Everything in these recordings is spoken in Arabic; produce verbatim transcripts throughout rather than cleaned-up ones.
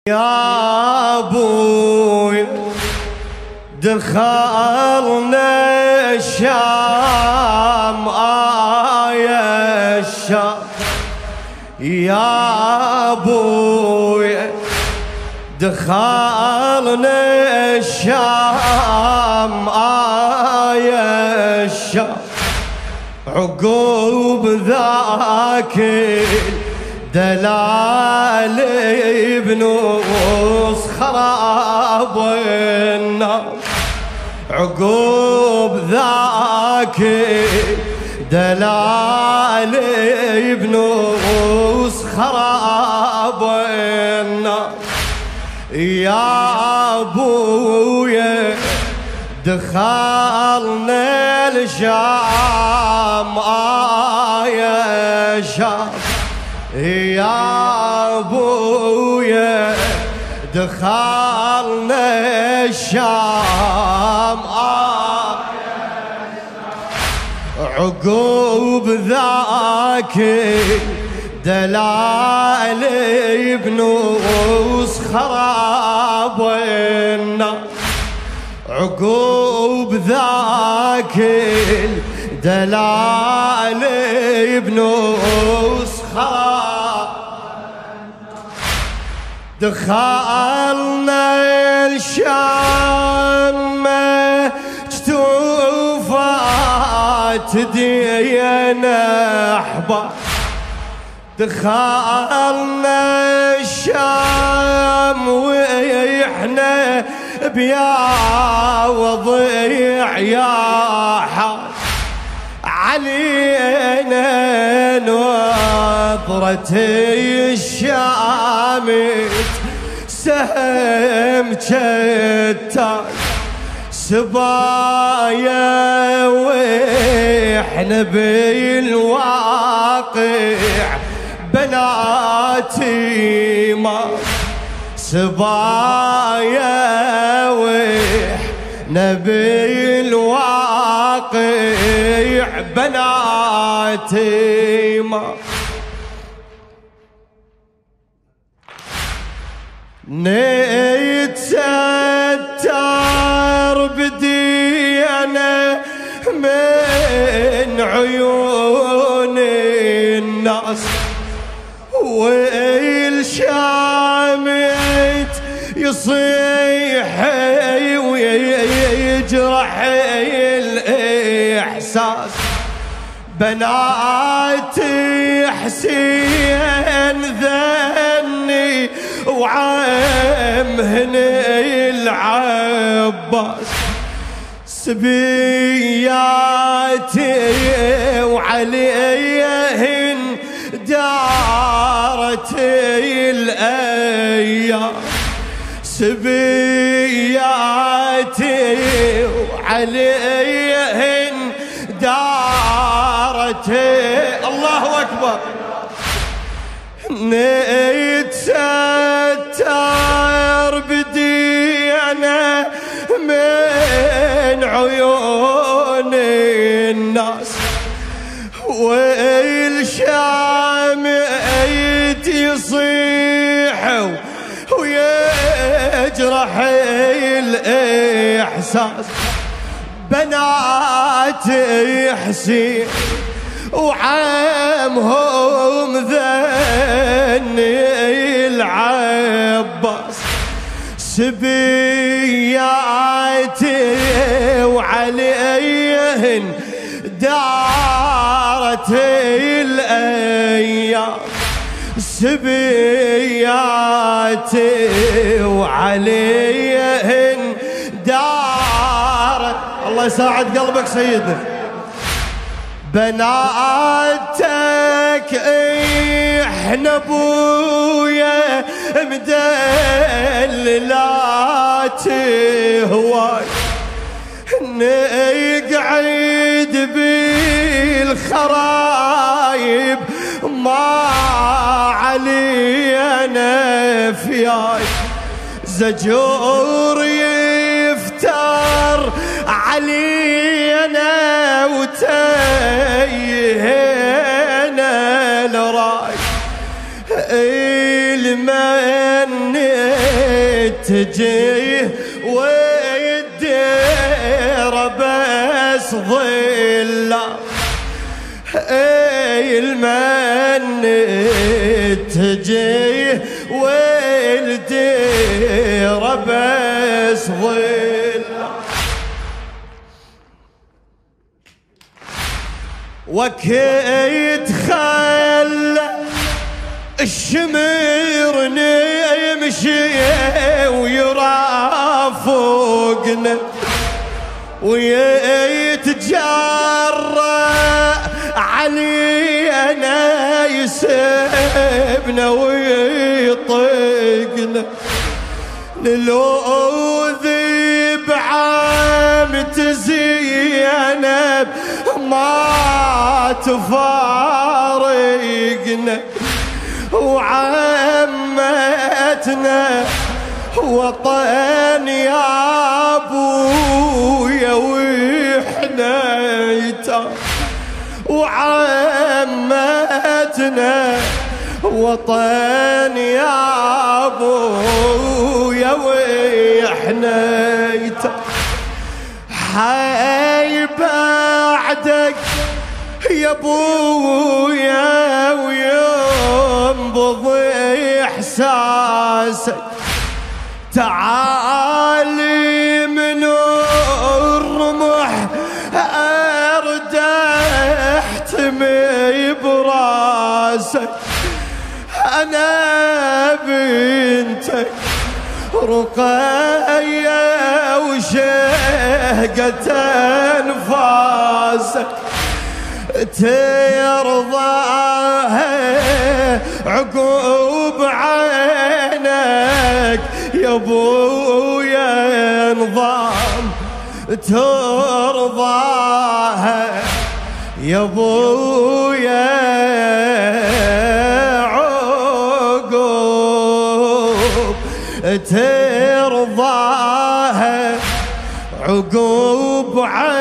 يا ابوي دخلنا الشام آية الشام، يا ابوي دخلنا الشام آية الشام، عقوب ذاك دلال بنوص خراب النار، عقوب ذاك دلال بنوص خراب النار. يا ابويا دخلنا الشام آية شام، يا ابويا دخلنا الشام عقوب ذاك دلال بنوص خراب النار، عقوب ذاك دلال بنوص خراب. دخلنا الشام جتوفات دينا احباب، دخلنا الشام واحنا بيا وضيع يا حال، علينا نظرة الشامت سهم شتان، سبايا واحنا بالواقع بناتي ما، سبايا واحنا بالواقع بناتي ما. نتستر بدينا من عيون الناس، والشامت يصيح ويجرح الإحساس، بنات حسين ذني وعمهن العباس، سبياتي وعليهن دارت الأيام، سبياتي وعليهن دارت. الله أكبر. نتستر بدينا من عيون الناس، والشامت يصيح ويجرح الإحساس، بنات حسين وعمهم ذني العباس، سبياتي وعليهن دارت الأيام، سبياتي وعليهن دارت. الله يساعد قلبك سيدنا. بناتك احنا ابويا مدللات هواي، نقعد بالخرايب ما علينا فياي، زجور يفتر علينا وتيهنا الراي، المن تجيه والديرة بس ظلة، اي المن تجيه والديرة بس ظلة. وكيت خلى الشمر يمشي ويرافقنا ويتجرأ علينا يسبنا ويطقنا، نلوذي بعمت زينب ما تفارقنا، وعمتنا وطن يا ابويا وإحنا يتام، وعمتنا وطن يا ابويا وإحنا يتام. حي بعدك يا ابويا وينبض احساسك، تعالي من الرمح ارد احتمي براسك، انا بنتك رقية وشهقة انفاسك، ترضاها عقوب عينك يا ابويا نظام، ترضاها يا ابويا عقوب، ترضاها عقوب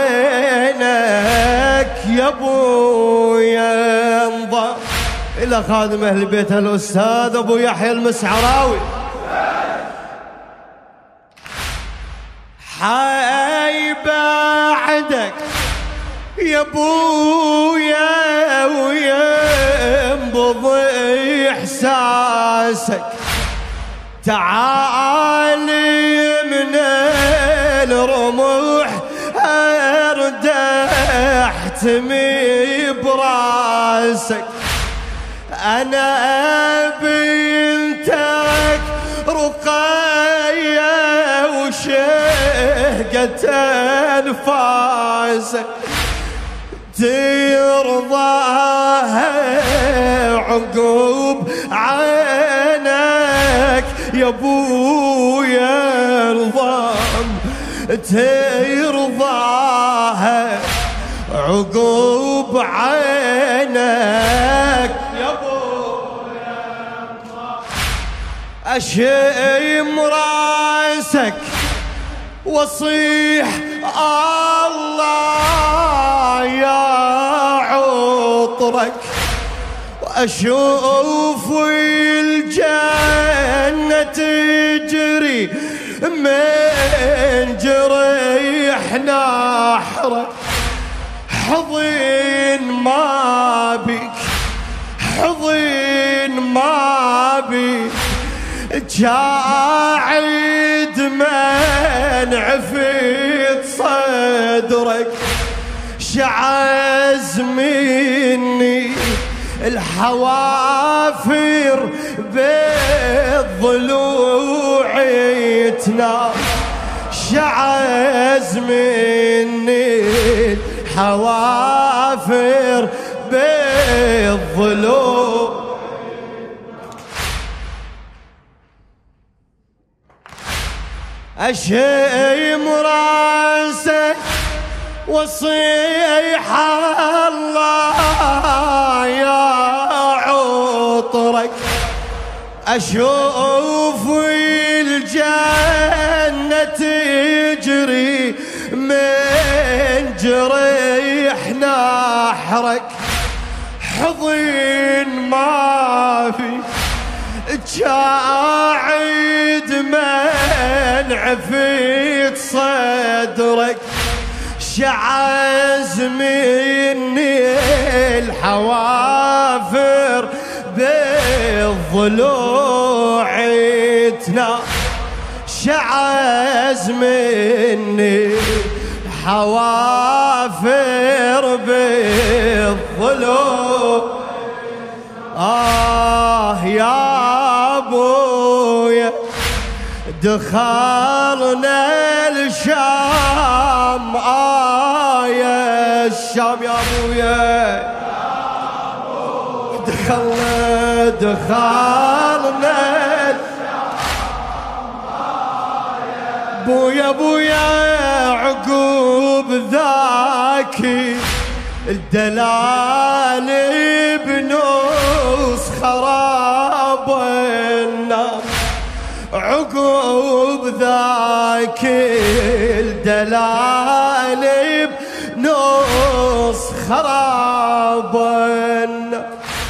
عينك يا ابويا انظر. الى خادم اهل بيت الاستاذ ابو يحيى المسعراوي. حي بعدك يا ابويا وينبض احساسك، تعالي من الرمح ارد احتمي براسك، انا بنتك رقية وشهقة انفاسك، ترضاها عقوب عينك يا ابويا نظام، ترضاها عقوب عينك يا ابويا نظام. اشم راسك واصيح الله يا عطرك، واشوف الجنة تجري من جريح نحرك، حضن ما بك حضن ما بك، جاعد من عفيت صدرك، شعز مني الحوافر بالضلوع تنام، شعز مني الحوافر بالضلوع. أشم راسك وصيح الله يا عطرك، أشوف الجنة تجري من جريح نحرك، حضن ما في جاعد من عفيت صدرك شعز مني الحوافر بالضلوع تنام شعز مني حوافر بالضلوع. آه يا أبويا دخلنا الشام. آه يا الشام يا أبويا دخلنا دخلنا بويا بويا عقوب ذاكي الدلال بنص خراب النار. عقوب ذاكي الدلال بنص خراب النار.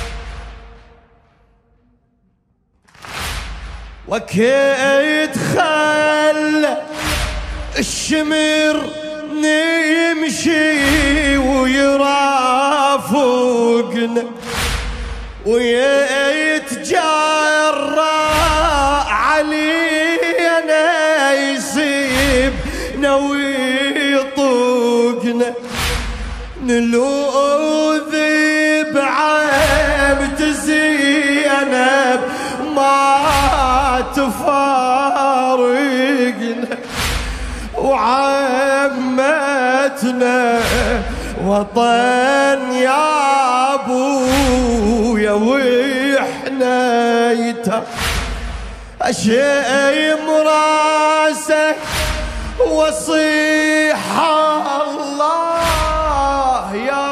وكيت خلى الشمر نمشي ويرافقنا ويتجرى علينا يصيبنا ويطوقنا. نلوذ بعمت زينب ما تفارقنا وعمتنا وطن يا أبويا وإحنا يتم أشيم راسه وصيح الله يا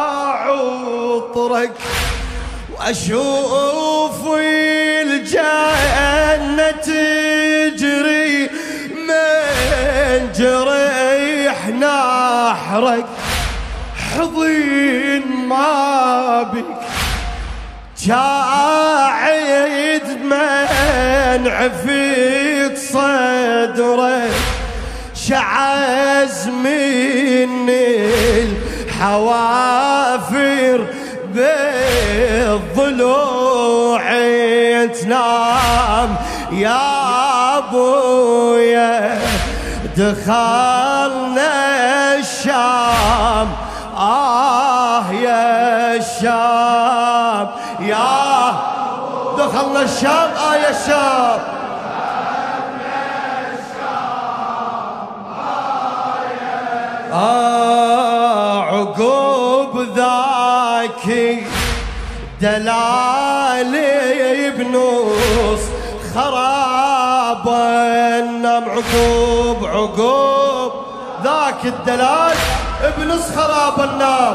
عطرك وأشوف الجنة تجري من جريح نحرك. حضين ما بك جاعد من عفيت صدرك شعز مني الحوافر بالضلوع تنام يا أبويا دخلنا الشام. آه يا الشام يا دخلنا الشام. آه يا الشام آه عقوب ذاكي دلالي بنص خراب النام. عقوب عقوب ذاك الدلال بنص خراب النام.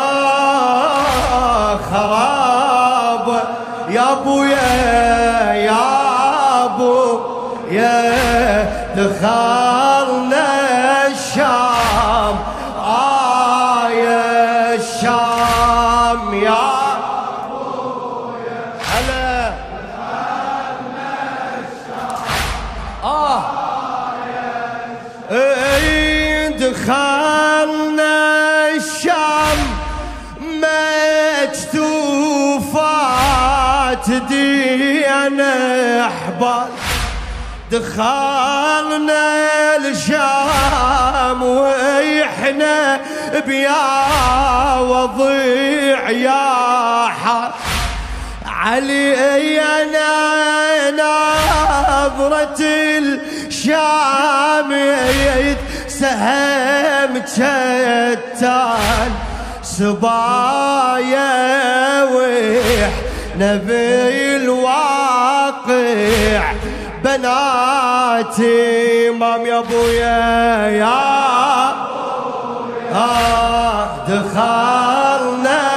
آه خراب يا أبويا يا أبو يا دخلنا الشام. آه يا الشام يا أبويا هلا دخلنا الشام. آه اي دخلنا الشام مجتوفات دينا احبال. دخلنا الشام واحنا بيا وضيع يا حال علي انا نظرة الشام سهم شتان سبايا واحنا بالواقع بناتي مام يا ابويا يا آه دخلنا